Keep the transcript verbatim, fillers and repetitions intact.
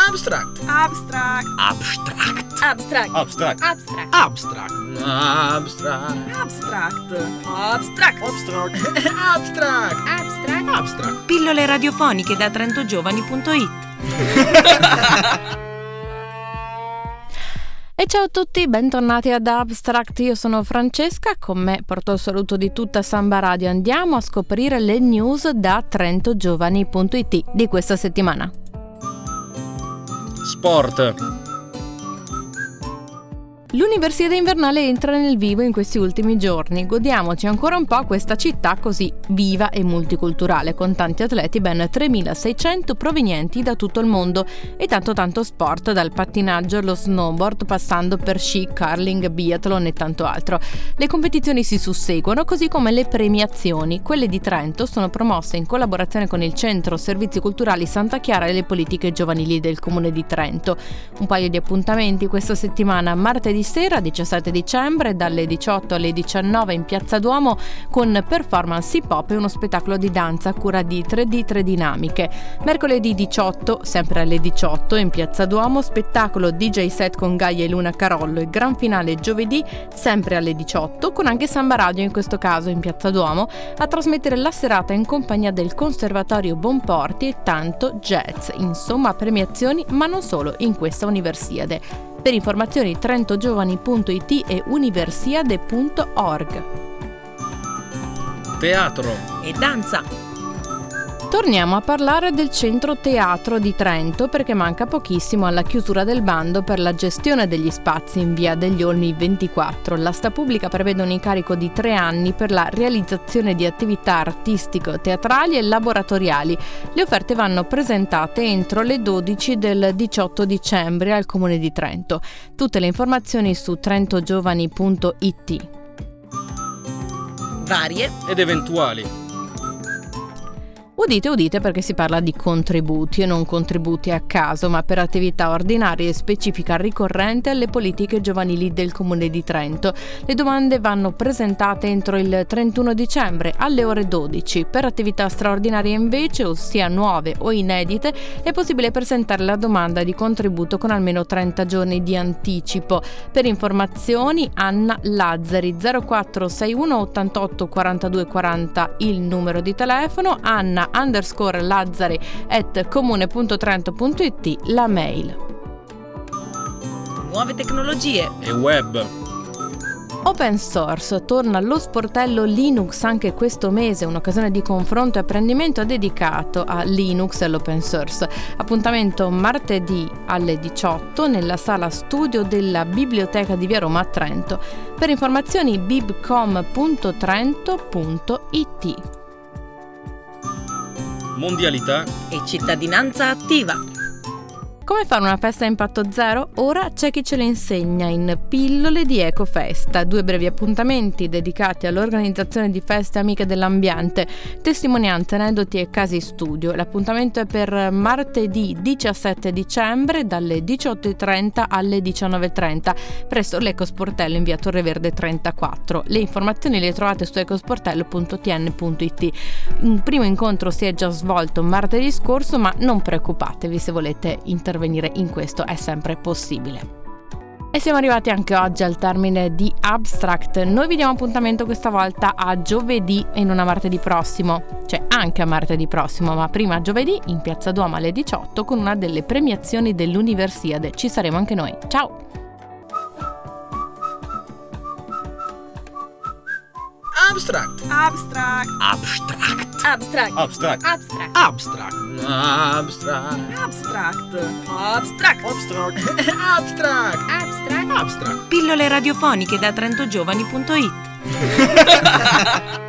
Abstract. Abstract. Abstract. Abstract. Abstract. Abstract. Abstract. Abstract. Abstract. Abstract. Abstract. Abstract. Abstract. Abstract. Pillole radiofoniche da trentogiovani punto it. E ciao a tutti, bentornati ad Abstract, io sono Francesca, con me porto il saluto di tutta Samba Radio. Andiamo a scoprire le news da trentogiovani punto it di questa settimana. Sport. L'Universiade Invernale entra nel vivo in questi ultimi giorni. Godiamoci ancora un po' questa città così viva e multiculturale, con tanti atleti, ben tremilaseicento provenienti da tutto il mondo, e tanto tanto sport, dal pattinaggio allo snowboard, passando per sci, curling, biathlon e tanto altro. Le competizioni si susseguono, così come le premiazioni. Quelle di Trento sono promosse in collaborazione con il Centro Servizi Culturali Santa Chiara e le politiche giovanili del Comune di Trento. Un paio di appuntamenti questa settimana: martedì sera diciassette dicembre dalle diciotto alle diciannove in Piazza Duomo con performance hip hop e uno spettacolo di danza a cura di tre D tre Dinamiche. Mercoledì diciotto, sempre alle diciotto in Piazza Duomo, spettacolo D J set con Gaia e Luna Carollo, e gran finale giovedì sempre alle diciotto con anche Samba Radio, in questo caso in Piazza Duomo, a trasmettere la serata in compagnia del Conservatorio Bonporti e tanto jazz. Insomma, premiazioni, ma non solo in questa Universiade. Per informazioni trentogiovani punto it e universiade punto org. Teatro. E danza. Torniamo a parlare del Centro Teatro di Trento, perché manca pochissimo alla chiusura del bando per la gestione degli spazi in via degli Olmi ventiquattro. L'asta pubblica prevede un incarico di tre anni per la realizzazione di attività artistico-teatrali e laboratoriali. Le offerte vanno presentate entro le dodici del diciotto dicembre al Comune di Trento. Tutte le informazioni su trentogiovani punto it. Varie Ed eventuali. Udite, udite, perché si parla di contributi, e non contributi a caso, ma per attività ordinarie e specifica ricorrente alle politiche giovanili del Comune di Trento. Le domande vanno presentate entro il trentuno dicembre alle ore dodici. Per attività straordinarie invece, ossia nuove o inedite, è possibile presentare la domanda di contributo con almeno trenta giorni di anticipo. Per informazioni Anna Lazzari, zero quattro sei uno ottantotto quarantadue quaranta il numero di telefono, Anna underscore Lazzari at comune punto trento punto it la mail. nuove tecnologie E web. Open source, torna lo sportello Linux anche questo mese, un'occasione di confronto e apprendimento dedicato a Linux e all'open source. Appuntamento martedì alle diciotto nella sala studio della Biblioteca di Via Roma a Trento. Per informazioni bibcom punto trento punto it. Mondialità. e cittadinanza attiva. Come fare una festa a impatto zero? Ora c'è chi ce le insegna in Pillole di Ecofesta, due brevi appuntamenti dedicati all'organizzazione di feste amiche dell'ambiente, testimonianze, aneddoti e casi studio. L'appuntamento è per martedì diciassette dicembre dalle diciotto e trenta alle diciannove e trenta presso l'Ecosportello in via Torre Verde trentaquattro. Le informazioni le trovate su ecosportello punto t n punto it. Un primo incontro si è già svolto martedì scorso, ma non preoccupatevi, se volete intervenire venire in questo è sempre possibile. E siamo arrivati anche oggi al termine di Abstract. Noi vi diamo appuntamento questa volta a giovedì e non a martedì prossimo, cioè anche a martedì prossimo, ma prima giovedì in Piazza Duomo alle diciotto con una delle premiazioni dell'Universiade. Ci saremo anche noi. Ciao! Abstract. Abstract. Abstract. Abstract. Abstract. Abstract. Abstract. Abstract. Abstract. Abstract. Abstract. Abstract. Abstract. Abstract. Pillole radiofoniche da trentogiovani punto it.